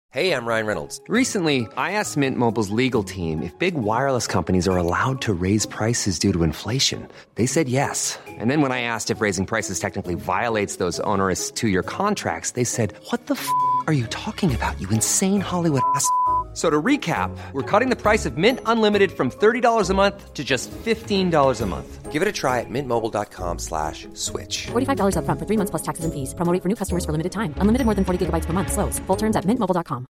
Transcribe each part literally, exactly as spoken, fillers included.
Hey, I'm Ryan Reynolds. Recently, I asked Mint Mobile's legal team if big wireless companies are allowed to raise prices due to inflation. They said yes. And then when I asked if raising prices technically violates those onerous two-year contracts, they said, "What the f*** are you talking about, you insane Hollywood ass f- So to recap, we're cutting the price of Mint Unlimited from thirty dollars a month to just fifteen dollars a month. Give it a try at mintmobile.com slash switch. forty-five dollars up front for three months plus taxes and fees. Promo rate for new customers for limited time. Unlimited more than forty gigabytes per month. Slows full terms at mint mobile dot com.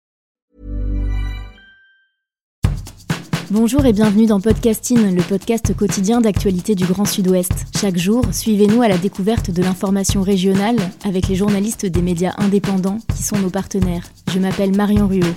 Bonjour et bienvenue dans Podcasting, le podcast quotidien d'actualité du Grand Sud-Ouest. Chaque jour, suivez-nous à la découverte de l'information régionale avec les journalistes des médias indépendants qui sont nos partenaires. Je m'appelle Marion Ruot.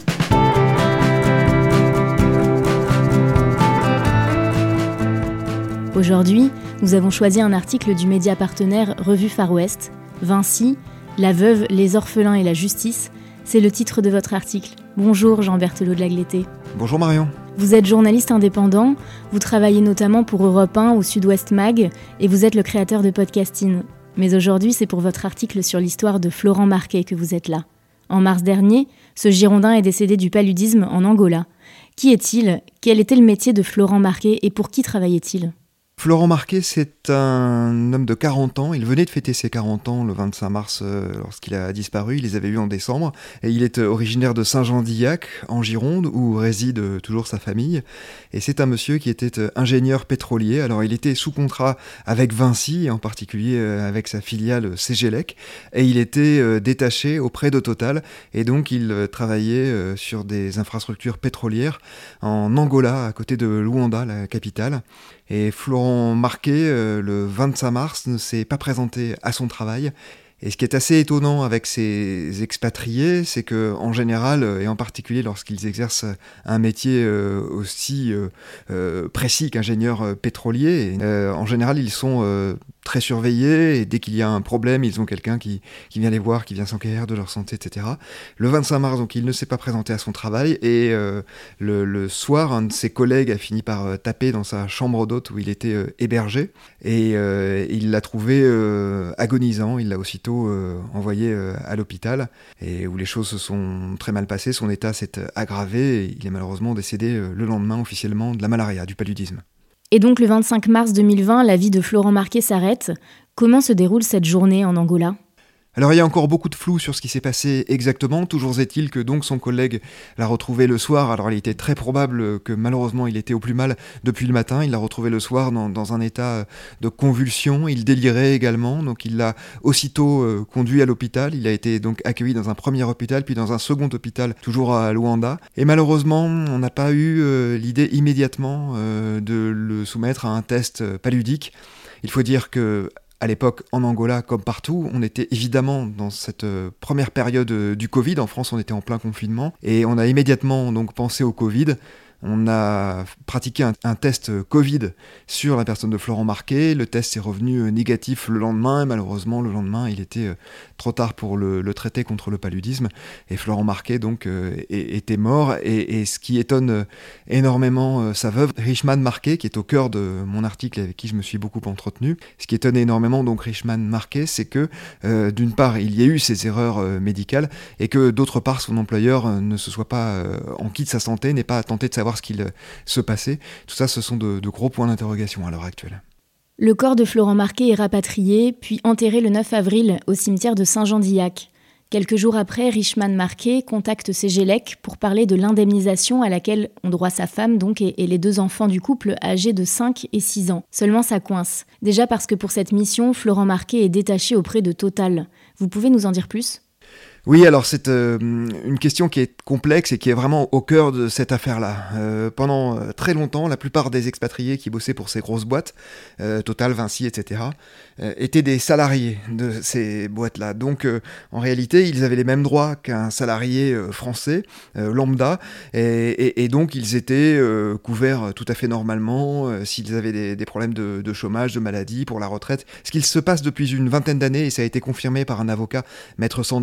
Aujourd'hui, nous avons choisi un article du média partenaire Revue Far West. Vinci, la veuve, les orphelins et la justice, c'est le titre de votre article. Bonjour Jean Berthelot de Lagleté. Bonjour Marion. Vous êtes journaliste indépendant, vous travaillez notamment pour Europe un ou Sud-Ouest Mag et vous êtes le créateur de Podcasting. Mais aujourd'hui, c'est pour votre article sur l'histoire de Florent Marquet que vous êtes là. En mars dernier, ce Girondin est décédé du paludisme en Angola. Qui est-il ? Quel était le métier de Florent Marquet et pour qui travaillait-il ? Florent Marquet, c'est un homme de quarante ans. Il venait de fêter ses quarante ans le vingt-cinq mars euh, lorsqu'il a disparu. Il les avait eus en décembre. Et il est originaire de Saint-Jean-d'Illac, en Gironde, où réside euh, toujours sa famille. Et c'est un monsieur qui était euh, ingénieur pétrolier. Alors, il était sous contrat avec Vinci, en particulier euh, avec sa filiale Cegelec. Et il était euh, détaché auprès de Total. Et donc, il euh, travaillait euh, sur des infrastructures pétrolières en Angola, à côté de Luanda, la capitale. Et Florent Marquet, euh, le vingt-cinq mars, ne s'est pas présenté à son travail. Et ce qui est assez étonnant avec ces expatriés, c'est qu'en général, et en particulier lorsqu'ils exercent un métier euh, aussi euh, euh, précis qu'ingénieur euh, pétrolier, euh, en général, ils sont euh, très surveillés, et dès qu'il y a un problème, ils ont quelqu'un qui, qui vient les voir, qui vient s'enquérir de leur santé, et cetera. Le vingt-cinq mars, donc, il ne s'est pas présenté à son travail, et euh, le, le soir, un de ses collègues a fini par euh, taper dans sa chambre d'hôte où il était euh, hébergé, et euh, il l'a trouvé euh, agonisant. Il l'a aussitôt euh, envoyé euh, à l'hôpital, et où les choses se sont très mal passées. Son état s'est aggravé, et il est malheureusement décédé euh, le lendemain officiellement de la malaria, du paludisme. Et donc le vingt-cinq mars deux mille vingt, la vie de Florent Marquet s'arrête. Comment se déroule cette journée en Angola ? Alors il y a encore beaucoup de flou sur ce qui s'est passé exactement. Toujours est-il que donc son collègue l'a retrouvé le soir. Alors il était très probable que malheureusement il était au plus mal depuis le matin. Il l'a retrouvé le soir dans, dans un état de convulsion. Il délirait également, donc il l'a aussitôt euh, conduit à l'hôpital. Il a été donc accueilli dans un premier hôpital, puis dans un second hôpital, toujours à Luanda. Et malheureusement, on n'a pas eu euh, l'idée immédiatement euh, de le soumettre à un test paludique. Il faut dire que à l'époque, en Angola, comme partout, on était évidemment dans cette euh, première période euh, du Covid. En France, on était en plein confinement. Et on a immédiatement donc pensé au Covid. On a pratiqué un, un test Covid sur la personne de Florent Marquet. Le test est revenu négatif le lendemain. Et malheureusement, le lendemain, il était euh, trop tard pour le, le traiter contre le paludisme. Et Florent Marquet, donc, euh, était mort. Et, et ce qui étonne euh, énormément euh, sa veuve, Richman Marquet, qui est au cœur de mon article et avec qui je me suis beaucoup entretenu. Ce qui étonne énormément, donc, Richman Marquet, c'est que, euh, d'une part, il y a eu ces erreurs euh, médicales, et que, d'autre part, son employeur euh, ne se soit pas euh, enquis de sa santé, n'ait pas tenté de savoir ce qu'il se passait. Tout ça, ce sont de, de gros points d'interrogation à l'heure actuelle. Le corps de Florent Marquet est rapatrié, puis enterré le neuf avril au cimetière de Saint-Jean-d'Illac. Quelques jours après, Richman Marquet contacte Cegelec pour parler de l'indemnisation à laquelle ont droit sa femme donc et, et les deux enfants du couple âgés de cinq et six ans. Seulement ça coince. Déjà parce que pour cette mission, Florent Marquet est détaché auprès de Total. Vous pouvez nous en dire plus ? Oui, alors c'est euh, une question qui est complexe et qui est vraiment au cœur de cette affaire-là. Euh, pendant euh, très longtemps, la plupart des expatriés qui bossaient pour ces grosses boîtes, euh, Total, Vinci, et cetera, euh, étaient des salariés de ces boîtes-là. Donc, euh, en réalité, ils avaient les mêmes droits qu'un salarié euh, français, euh, lambda, et, et, et donc ils étaient euh, couverts tout à fait normalement euh, s'ils avaient des, des problèmes de, de chômage, de maladie, pour la retraite. Ce qu'il se passe depuis une vingtaine d'années, et ça a été confirmé par un avocat, Maître Santi, que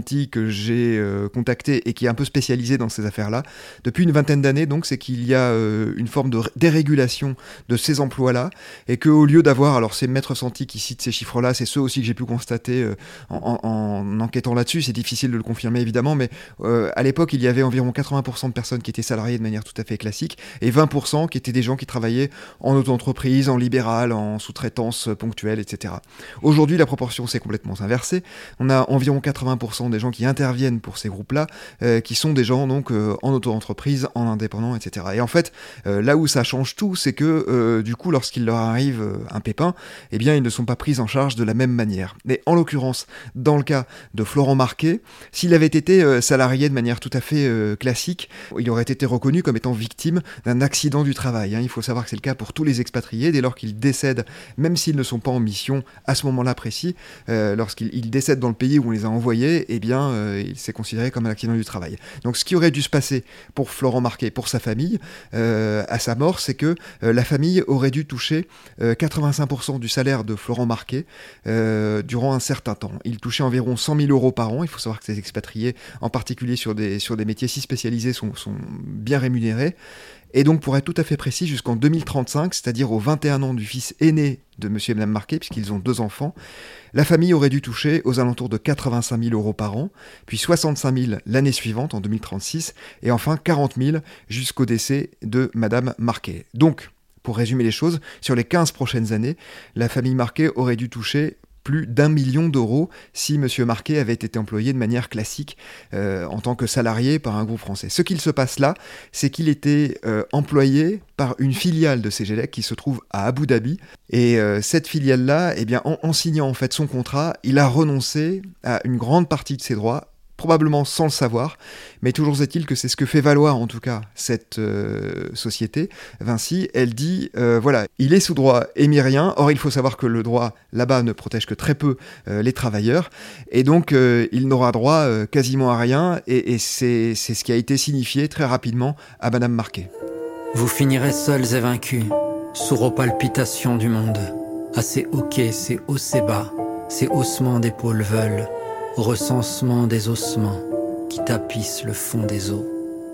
que j'ai euh, contacté et qui est un peu spécialisé dans ces affaires-là, depuis une vingtaine d'années, donc, c'est qu'il y a euh, une forme de dérégulation de ces emplois-là, et qu'au lieu d'avoir, alors c'est Maître Santi qui cite ces chiffres-là, c'est ceux aussi que j'ai pu constater euh, en, en, en enquêtant là-dessus, c'est difficile de le confirmer évidemment, mais euh, à l'époque, il y avait environ quatre-vingts pour cent de personnes qui étaient salariées de manière tout à fait classique, et vingt pour cent qui étaient des gens qui travaillaient en auto-entreprise, en libéral, en sous-traitance ponctuelle, et cetera. Aujourd'hui, la proportion s'est complètement inversée. On a environ quatre-vingts pour cent des gens qui interviennent pour ces groupes-là, euh, qui sont des gens donc euh, en auto-entreprise, en indépendant, et cetera. Et en fait, euh, là où ça change tout, c'est que euh, du coup, lorsqu'il leur arrive euh, un pépin, eh bien, ils ne sont pas pris en charge de la même manière. Mais en l'occurrence, dans le cas de Florent Marquet, s'il avait été euh, salarié de manière tout à fait euh, classique, il aurait été reconnu comme étant victime d'un accident du travail. Hein. Il faut savoir que c'est le cas pour tous les expatriés, dès lors qu'ils décèdent, même s'ils ne sont pas en mission à ce moment-là précis, euh, lorsqu'ils décèdent dans le pays où on les a envoyés, eh bien, euh, c'est considéré comme un accident du travail. Donc ce qui aurait dû se passer pour Florent Marquet, pour sa famille, euh, à sa mort, c'est que euh, la famille aurait dû toucher euh, quatre-vingt-cinq pour cent du salaire de Florent Marquet euh, durant un certain temps. Il touchait environ cent mille euros par an. Il faut savoir que ces expatriés, en particulier sur des, sur des métiers si spécialisés, sont, sont bien rémunérés. Et donc, pour être tout à fait précis, jusqu'en deux mille trente-cinq, c'est-à-dire aux vingt et un ans du fils aîné de monsieur et madame Marquet, puisqu'ils ont deux enfants, la famille aurait dû toucher aux alentours de quatre-vingt-cinq mille euros par an, puis soixante-cinq mille l'année suivante, en deux mille trente-six, et enfin quarante mille jusqu'au décès de madame Marquet. Donc, pour résumer les choses, sur les quinze prochaines années, la famille Marquet aurait dû toucher plus d'un million d'euros si M. Marquet avait été employé de manière classique euh, en tant que salarié par un groupe français. Ce qu'il se passe là, c'est qu'il était euh, employé par une filiale de Cegelec qui se trouve à Abu Dhabi. Et euh, cette filiale-là, eh bien, en, en signant en fait son contrat, il a renoncé à une grande partie de ses droits, probablement sans le savoir, mais toujours est-il que c'est ce que fait valoir en tout cas cette euh, société, Vinci. Elle dit, euh, voilà, il est sous droit émirien, or il faut savoir que le droit là-bas ne protège que très peu euh, les travailleurs, et donc euh, il n'aura droit euh, quasiment à rien, et, et c'est, c'est ce qui a été signifié très rapidement à Madame Marquet. Vous finirez seuls et vaincus, sourds aux palpitations du monde, à ces hoquets, ces hauts, ces bas, ces haussements d'épaules veulent, au recensement des ossements qui tapissent le fond des eaux.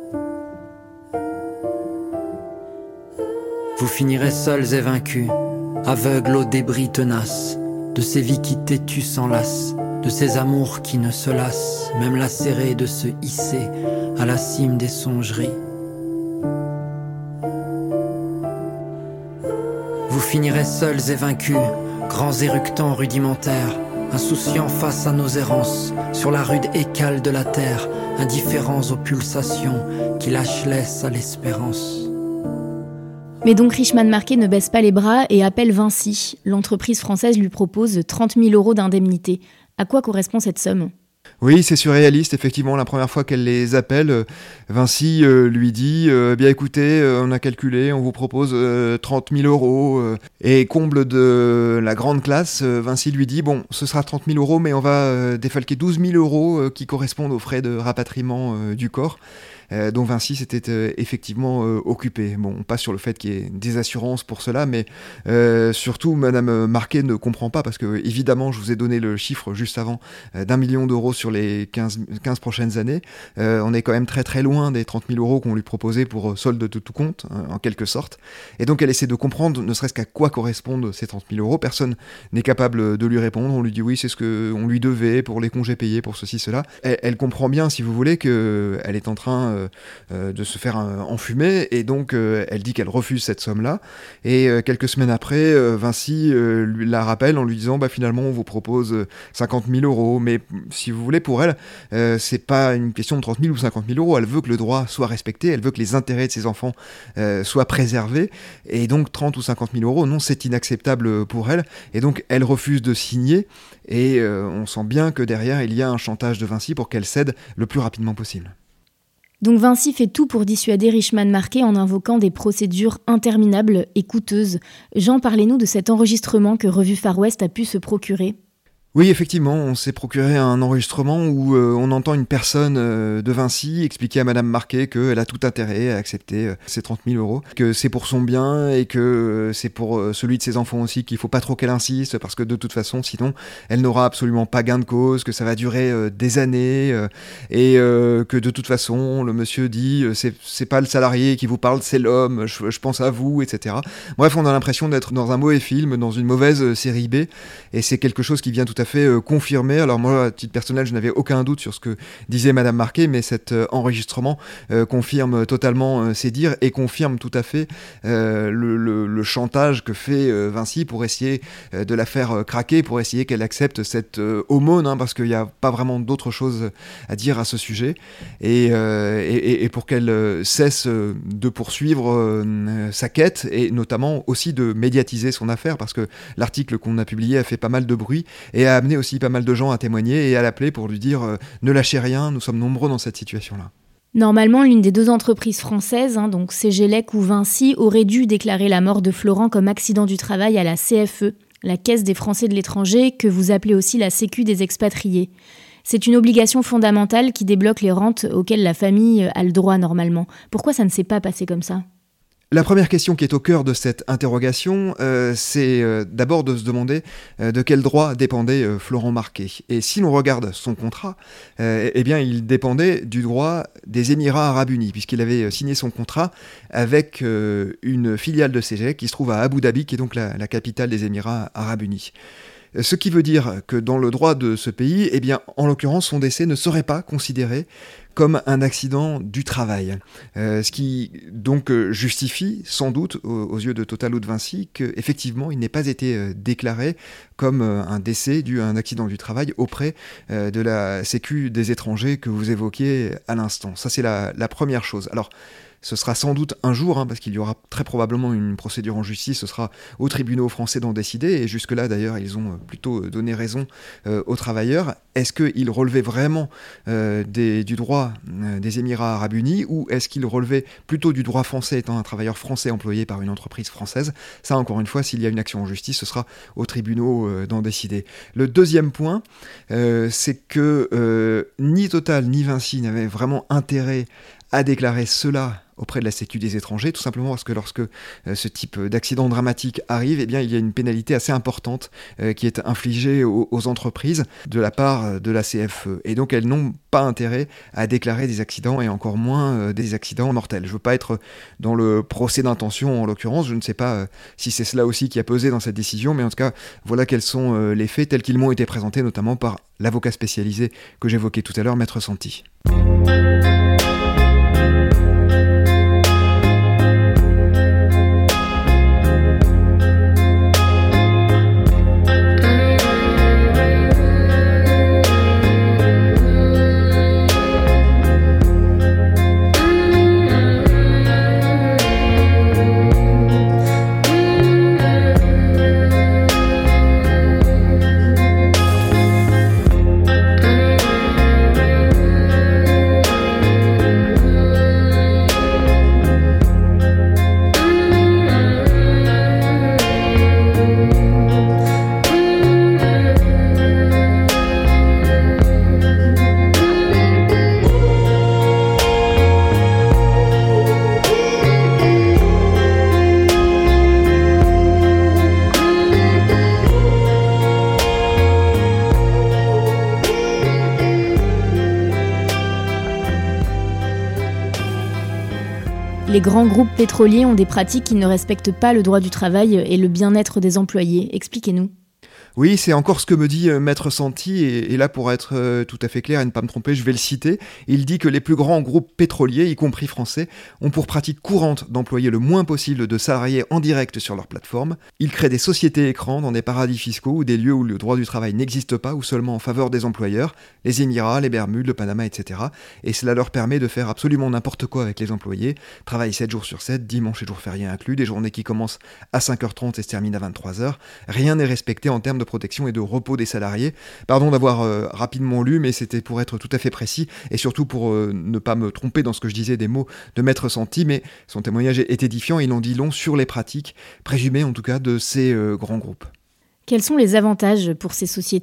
Vous finirez seuls et vaincus, aveugles aux débris tenaces, de ces vies qui têtues s'enlacent, de ces amours qui ne se lassent, même lacérés de se hisser à la cime des songeries. Vous finirez seuls et vaincus, grands éructants rudimentaires, insouciants face à nos errances, sur la rude écale de la terre, indifférents aux pulsations qui lâchent laisse à l'espérance. Mais donc Richman Marquet ne baisse pas les bras et appelle Vinci. L'entreprise française lui propose trente mille euros d'indemnité. À quoi correspond cette somme ? Oui, c'est surréaliste, effectivement, la première fois qu'elle les appelle, Vinci euh, lui dit euh, « Bien écoutez, euh, on a calculé, on vous propose euh, trente mille euros. Euh, » Et comble de la grande classe, euh, Vinci lui dit « Bon, ce sera trente mille euros, mais on va euh, défalquer douze mille euros euh, qui correspondent aux frais de rapatriement euh, du corps. » Euh, dont Vinci s'était euh, effectivement euh, occupé. Bon, on passe sur le fait qu'il y ait des assurances pour cela, mais euh, surtout, Madame Marquet ne comprend pas, parce que, évidemment, je vous ai donné le chiffre juste avant, euh, d'un million d'euros sur les quinze, quinze prochaines années. Euh, on est quand même très très loin des trente mille euros qu'on lui proposait pour euh, solde de tout compte, hein, en quelque sorte. Et donc, elle essaie de comprendre, ne serait-ce qu'à quoi correspondent ces trente mille euros. Personne n'est capable de lui répondre. On lui dit oui, c'est ce qu'on lui devait pour les congés payés, pour ceci, cela. Elle, elle comprend bien, si vous voulez, qu'elle est en train Euh, euh, de se faire euh, enfumer, et donc euh, elle dit qu'elle refuse cette somme-là, et euh, quelques semaines après, euh, Vinci euh, lui la rappelle en lui disant bah, finalement on vous propose euh, cinquante mille euros, mais si vous voulez, pour elle, euh, c'est pas une question de trente mille ou cinquante mille euros, elle veut que le droit soit respecté, elle veut que les intérêts de ses enfants euh, soient préservés, et donc trente ou cinquante mille euros, non, c'est inacceptable pour elle, et donc elle refuse de signer, et euh, on sent bien que derrière il y a un chantage de Vinci pour qu'elle cède le plus rapidement possible. Donc Vinci fait tout pour dissuader Richman Marquet en invoquant des procédures interminables et coûteuses. Jean, parlez-nous de cet enregistrement que Revue Far West a pu se procurer. Oui, effectivement, on s'est procuré un enregistrement où euh, on entend une personne euh, de Vinci expliquer à Madame Marquet qu'elle a tout intérêt à accepter euh, ces trente mille euros, que c'est pour son bien et que euh, c'est pour euh, celui de ses enfants aussi, qu'il faut pas trop qu'elle insiste parce que de toute façon, sinon, elle n'aura absolument pas gain de cause, que ça va durer euh, des années euh, et euh, que de toute façon, le monsieur dit euh, c'est, c'est pas le salarié qui vous parle, c'est l'homme, je, je pense à vous, et cetera. Bref, on a l'impression d'être dans un mauvais film, dans une mauvaise euh, série B, et c'est quelque chose qui vient tout à fait euh, confirmé. Alors moi, à titre personnel, je n'avais aucun doute sur ce que disait Madame Marquet, mais cet euh, enregistrement euh, confirme totalement euh, ses dires et confirme tout à fait euh, le, le, le chantage que fait euh, Vinci pour essayer euh, de la faire euh, craquer, pour essayer qu'elle accepte cette euh, aumône, hein, parce qu'il n'y a pas vraiment d'autre chose à dire à ce sujet, et, euh, et, et pour qu'elle euh, cesse euh, de poursuivre euh, sa quête, et notamment aussi de médiatiser son affaire, parce que l'article qu'on a publié a fait pas mal de bruit et a amené aussi pas mal de gens à témoigner et à l'appeler pour lui dire euh, ne lâchez rien, nous sommes nombreux dans cette situation-là. Normalement, l'une des deux entreprises françaises, hein, donc Cegelec ou Vinci, aurait dû déclarer la mort de Florent comme accident du travail à la C F E, la Caisse des Français de l'étranger, que vous appelez aussi la Sécu des expatriés. C'est une obligation fondamentale qui débloque les rentes auxquelles la famille a le droit normalement. Pourquoi ça ne s'est pas passé comme ça ? La première question qui est au cœur de cette interrogation, euh, c'est euh, d'abord de se demander euh, de quel droit dépendait euh, Florent Marquet. Et si l'on regarde son contrat, euh, eh bien, il dépendait du droit des Émirats Arabes Unis, puisqu'il avait signé son contrat avec euh, une filiale de Cegelec qui se trouve à Abu Dhabi, qui est donc la, la capitale des Émirats Arabes Unis. Ce qui veut dire que dans le droit de ce pays, eh bien, en l'occurrence, son décès ne serait pas considéré comme un accident du travail. Euh, ce qui donc justifie sans doute aux, aux yeux de Total ou de Vinci qu'effectivement il n'ait pas été euh, déclaré comme euh, un décès dû à un accident du travail auprès euh, de la Sécu des étrangers que vous évoquiez à l'instant. Ça c'est la, la première chose. Alors ce sera sans doute un jour, hein, parce qu'il y aura très probablement une procédure en justice, ce sera aux tribunaux français d'en décider, et jusque-là d'ailleurs ils ont plutôt donné raison euh, aux travailleurs. Est-ce qu'ils relevaient vraiment euh, des, du droit euh, des Émirats Arabes Unis, ou est-ce qu'ils relevaient plutôt du droit français étant un travailleur français employé par une entreprise française ? Ça encore une fois, s'il y a une action en justice, ce sera aux tribunaux euh, d'en décider. Le deuxième point, euh, c'est que euh, ni Total ni Vinci n'avaient vraiment intérêt à déclarer cela auprès de la Sécu des étrangers, tout simplement parce que lorsque euh, ce type d'accident dramatique arrive, eh bien, il y a une pénalité assez importante euh, qui est infligée aux, aux entreprises de la part de la C F E. Et donc elles n'ont pas intérêt à déclarer des accidents, et encore moins euh, des accidents mortels. Je ne veux pas être dans le procès d'intention en l'occurrence, je ne sais pas euh, si c'est cela aussi qui a pesé dans cette décision, mais en tout cas, voilà quels sont euh, les faits tels qu'ils m'ont été présentés, notamment par l'avocat spécialisé que j'évoquais tout à l'heure, Maître Santi. Les grands groupes pétroliers ont des pratiques qui ne respectent pas le droit du travail et le bien-être des employés. Expliquez-nous. Oui, c'est encore ce que me dit euh, Maître Santi, et, et là, pour être euh, tout à fait clair et ne pas me tromper, je vais le citer. Il dit que les plus grands groupes pétroliers, y compris français, ont pour pratique courante d'employer le moins possible de salariés en direct sur leur plateforme. Ils créent des sociétés écrans dans des paradis fiscaux ou des lieux où le droit du travail n'existe pas ou seulement en faveur des employeurs, les Émirats, les Bermudes, le Panama, et cetera. Et cela leur permet de faire absolument n'importe quoi avec les employés, travaillent sept jours sur sept, dimanche et jours fériés inclus, des journées qui commencent à cinq heures trente et se terminent à vingt-trois heures. Rien n'est respecté en termes de protection et de repos des salariés. Pardon d'avoir euh, rapidement lu, mais c'était pour être tout à fait précis et surtout pour euh, ne pas me tromper dans ce que je disais des mots de Maître Santi, mais son témoignage est édifiant et il en dit long sur les pratiques, présumées en tout cas, de ces euh, grands groupes. Quels sont les avantages pour ces sociétés ?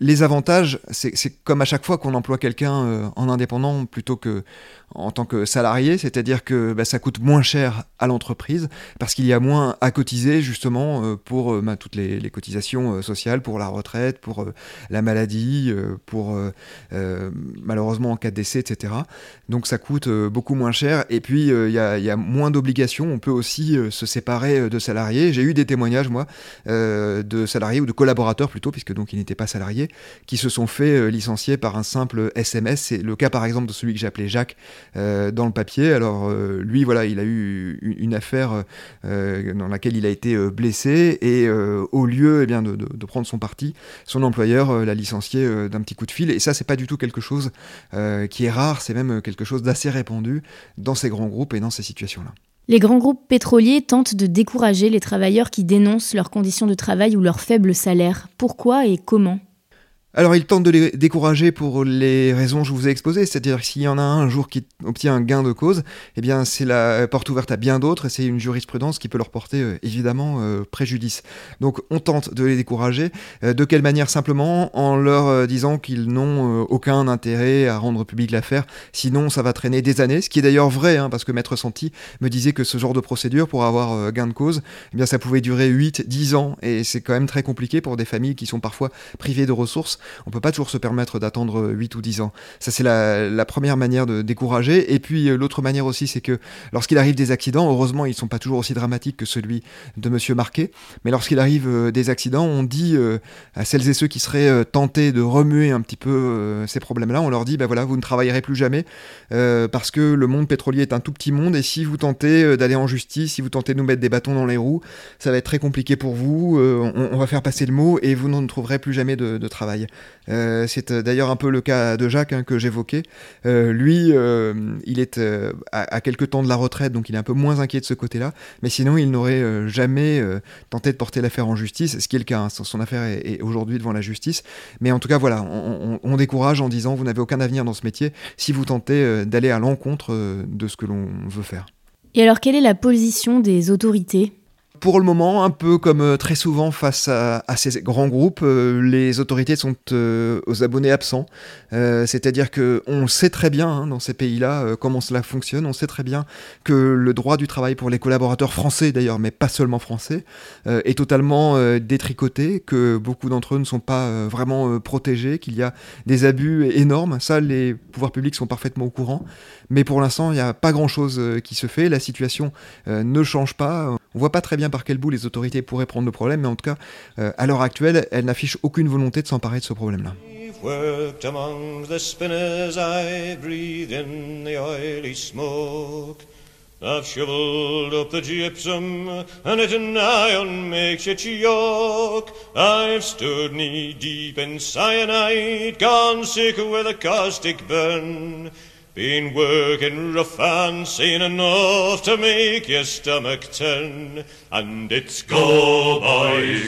Les avantages, c'est, c'est comme à chaque fois qu'on emploie quelqu'un euh, en indépendant plutôt que en tant que salarié, c'est-à-dire que bah, ça coûte moins cher à l'entreprise parce qu'il y a moins à cotiser justement euh, pour euh, bah, toutes les, les cotisations euh, sociales, pour la retraite, pour euh, la maladie, euh, pour euh, euh, malheureusement en cas de décès, et cetera. Donc ça coûte euh, beaucoup moins cher et puis il euh, y, a, y a moins d'obligations. On peut aussi euh, se séparer de salariés. J'ai eu des témoignages moi euh, de salariés ou de collaborateurs plutôt, puisque donc ils n'étaient pas salariés, qui se sont fait euh, licencier par un simple S M S. C'est le cas par exemple de celui que j'ai appelé Jacques euh, dans le papier. Alors euh, lui voilà, il a eu une, une affaire euh, dans laquelle il a été euh, blessé et euh, au lieu eh bien, de, de, de prendre son parti, son employeur euh, l'a licencié euh, d'un petit coup de fil. Et ça c'est pas du tout quelque chose euh, qui est rare, c'est même quelque chose d'assez répandu dans ces grands groupes et dans ces situations-là. Les grands groupes pétroliers tentent de décourager les travailleurs qui dénoncent leurs conditions de travail ou leur faible salaire. Pourquoi et comment ? Alors, ils tentent de les décourager pour les raisons que je vous ai exposées, c'est-à-dire que s'il y en a un, un jour qui obtient un gain de cause, eh bien, c'est la porte ouverte à bien d'autres et c'est une jurisprudence qui peut leur porter euh, évidemment euh, préjudice. Donc, on tente de les décourager. Euh, de quelle manière ? Simplement en leur euh, disant qu'ils n'ont euh, aucun intérêt à rendre publique l'affaire, sinon ça va traîner des années, ce qui est d'ailleurs vrai, hein, parce que Maître Santi me disait que ce genre de procédure, pour avoir euh, gain de cause, eh bien, ça pouvait durer huit, dix ans et c'est quand même très compliqué pour des familles qui sont parfois privées de ressources. On peut pas toujours se permettre d'attendre huit ou dix ans. Ça, c'est la, la première manière de décourager. Et puis, euh, l'autre manière aussi, c'est que lorsqu'il arrive des accidents, heureusement, ils sont pas toujours aussi dramatiques que celui de Monsieur Marquet, mais lorsqu'il arrive euh, des accidents, on dit euh, à celles et ceux qui seraient euh, tentés de remuer un petit peu euh, ces problèmes-là, on leur dit, ben voilà, vous ne travaillerez plus jamais, euh, parce que le monde pétrolier est un tout petit monde, et si vous tentez euh, d'aller en justice, si vous tentez de nous mettre des bâtons dans les roues, ça va être très compliqué pour vous, euh, on, on va faire passer le mot, et vous ne trouverez plus jamais de, de travail. Euh, c'est euh, d'ailleurs un peu le cas de Jacques hein, que j'évoquais. Euh, lui, euh, il est euh, à, à quelques temps de la retraite, donc il est un peu moins inquiet de ce côté-là, mais sinon il n'aurait euh, jamais euh, tenté de porter l'affaire en justice, ce qui est le cas, hein. Son affaire est, est aujourd'hui devant la justice, mais en tout cas voilà, on, on, on décourage en disant vous n'avez aucun avenir dans ce métier si vous tentez euh, d'aller à l'encontre euh, de ce que l'on veut faire. Et alors quelle est la position des autorités ? Pour le moment, un peu comme euh, très souvent face à, à ces grands groupes, euh, les autorités sont euh, aux abonnés absents. Euh, c'est-à-dire qu'on sait très bien hein, dans ces pays-là euh, comment cela fonctionne. On sait très bien que le droit du travail pour les collaborateurs français d'ailleurs, mais pas seulement français, euh, est totalement euh, détricoté, que beaucoup d'entre eux ne sont pas euh, vraiment euh, protégés, qu'il y a des abus énormes. Ça, les pouvoirs publics sont parfaitement au courant. Mais pour l'instant, il n'y a pas grand-chose euh, qui se fait. La situation euh, ne change pas. On ne voit pas très bien par quel bout les autorités pourraient prendre le problème, mais en tout cas, euh, à l'heure actuelle, elles n'affichent aucune volonté de s'emparer de ce problème-là. Worked among the spinners, I breathed in the oily smoke. I've shovelled up the gypsum and lit an iron makeshift yoke. I've stood knee deep in cyanide, gone sick with a caustic burn. Been working rough and seen enough to make your stomach turn. And it's go, boys,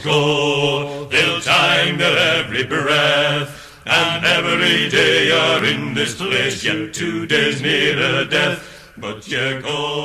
go, they'll time their every breath. And every day you're in this place, you're two days nearer death, but you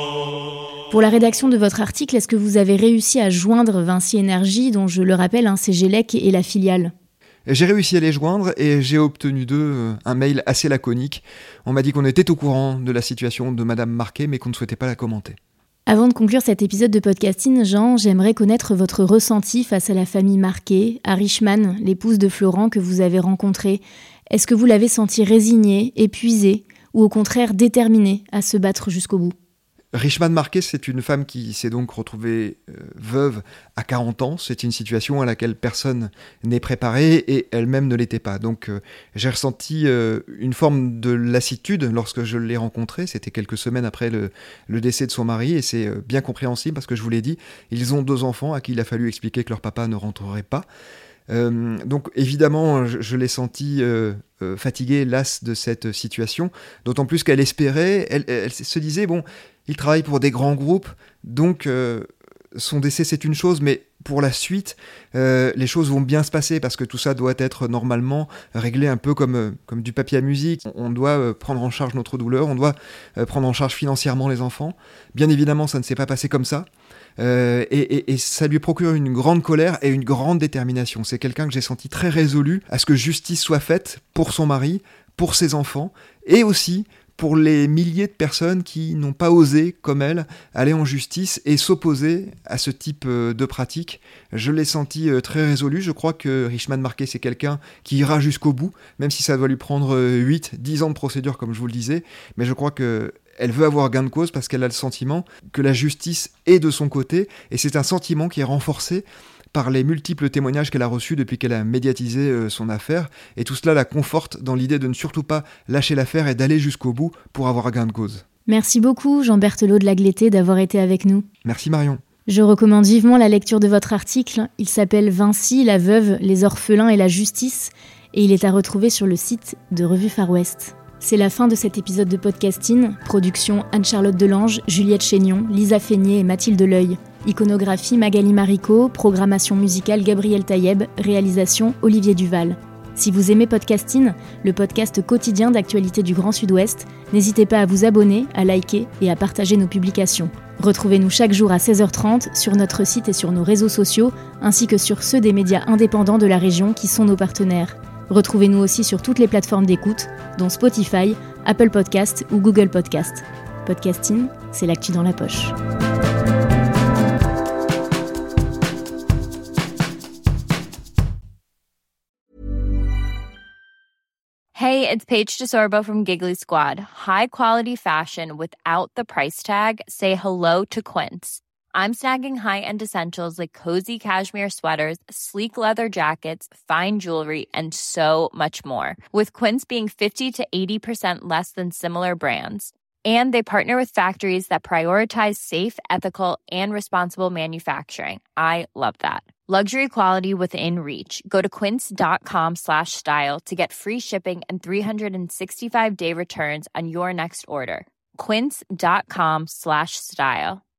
go. Pour la rédaction de votre article, est-ce que vous avez réussi à joindre Vinci Énergie, dont je le rappelle, hein, c'est Gélec et la filiale ? J'ai réussi à les joindre et j'ai obtenu d'eux un mail assez laconique. On m'a dit qu'on était au courant de la situation de Madame Marquet, mais qu'on ne souhaitait pas la commenter. Avant de conclure cet épisode de podcasting, Jean, j'aimerais connaître votre ressenti face à la famille Marquet, à Richman, l'épouse de Florent que vous avez rencontrée. Est-ce que vous l'avez sentie résignée, épuisée, ou au contraire déterminée à se battre jusqu'au bout ? Richman Marquet, c'est une femme qui s'est donc retrouvée euh, veuve à quarante ans. C'est une situation à laquelle personne n'est préparé et elle-même ne l'était pas. Donc euh, j'ai ressenti euh, une forme de lassitude lorsque je l'ai rencontrée. C'était quelques semaines après le, le décès de son mari et c'est euh, bien compréhensible parce que je vous l'ai dit, ils ont deux enfants à qui il a fallu expliquer que leur papa ne rentrerait pas. Euh, donc évidemment, je, je l'ai sentie euh, euh, fatiguée, lasse de cette situation, d'autant plus qu'elle espérait, elle, elle se disait, bon, il travaille pour des grands groupes, donc euh, son décès c'est une chose, mais pour la suite, euh, les choses vont bien se passer parce que tout ça doit être normalement réglé un peu comme, euh, comme du papier à musique. On doit euh, prendre en charge notre douleur, on doit euh, prendre en charge financièrement les enfants. Bien évidemment, ça ne s'est pas passé comme ça. Euh, et, et, et ça lui procure une grande colère et une grande détermination. C'est quelqu'un que j'ai senti très résolu à ce que justice soit faite pour son mari, pour ses enfants, et aussi pour les milliers de personnes qui n'ont pas osé, comme elle, aller en justice et s'opposer à ce type de pratique. Je l'ai senti très résolu. Je crois que Richman Marquet, c'est quelqu'un qui ira jusqu'au bout, même si ça doit lui prendre huit, dix ans de procédure, comme je vous le disais. Mais je crois que elle veut avoir gain de cause parce qu'elle a le sentiment que la justice est de son côté, et c'est un sentiment qui est renforcé par les multiples témoignages qu'elle a reçus depuis qu'elle a médiatisé euh, son affaire, et tout cela la conforte dans l'idée de ne surtout pas lâcher l'affaire et d'aller jusqu'au bout pour avoir gain de cause. Merci beaucoup Jean Berthelot de Lagleté d'avoir été avec nous. Merci Marion. Je recommande vivement la lecture de votre article. Il s'appelle Vinci, la veuve, les orphelins et la justice, et il est à retrouver sur le site de Revue Far West. C'est la fin de cet épisode de Podcasting. Production Anne-Charlotte Delange, Juliette Chénion, Lisa Feignet et Mathilde L'Oeil. Iconographie Magali Marico, programmation musicale Gabriel Taïeb, réalisation Olivier Duval. Si vous aimez Podcasting, le podcast quotidien d'actualité du Grand Sud-Ouest, n'hésitez pas à vous abonner, à liker et à partager nos publications. Retrouvez-nous chaque jour à seize heures trente sur notre site et sur nos réseaux sociaux, ainsi que sur ceux des médias indépendants de la région qui sont nos partenaires. Retrouvez-nous aussi sur toutes les plateformes d'écoute, dont Spotify, Apple Podcasts ou Google Podcasts. Podcasting, c'est l'actu dans la poche. Hey, it's Paige DeSorbo from Giggly Squad. High quality fashion without the price tag. Say hello to Quince. I'm snagging high-end essentials like cozy cashmere sweaters, sleek leather jackets, fine jewelry, and so much more. With Quince being fifty to eighty percent less than similar brands. And they partner with factories that prioritize safe, ethical, and responsible manufacturing. I love that. Luxury quality within reach. Go to quince.com slash style to get free shipping and three sixty-five day returns on your next order. Quince.com slash style.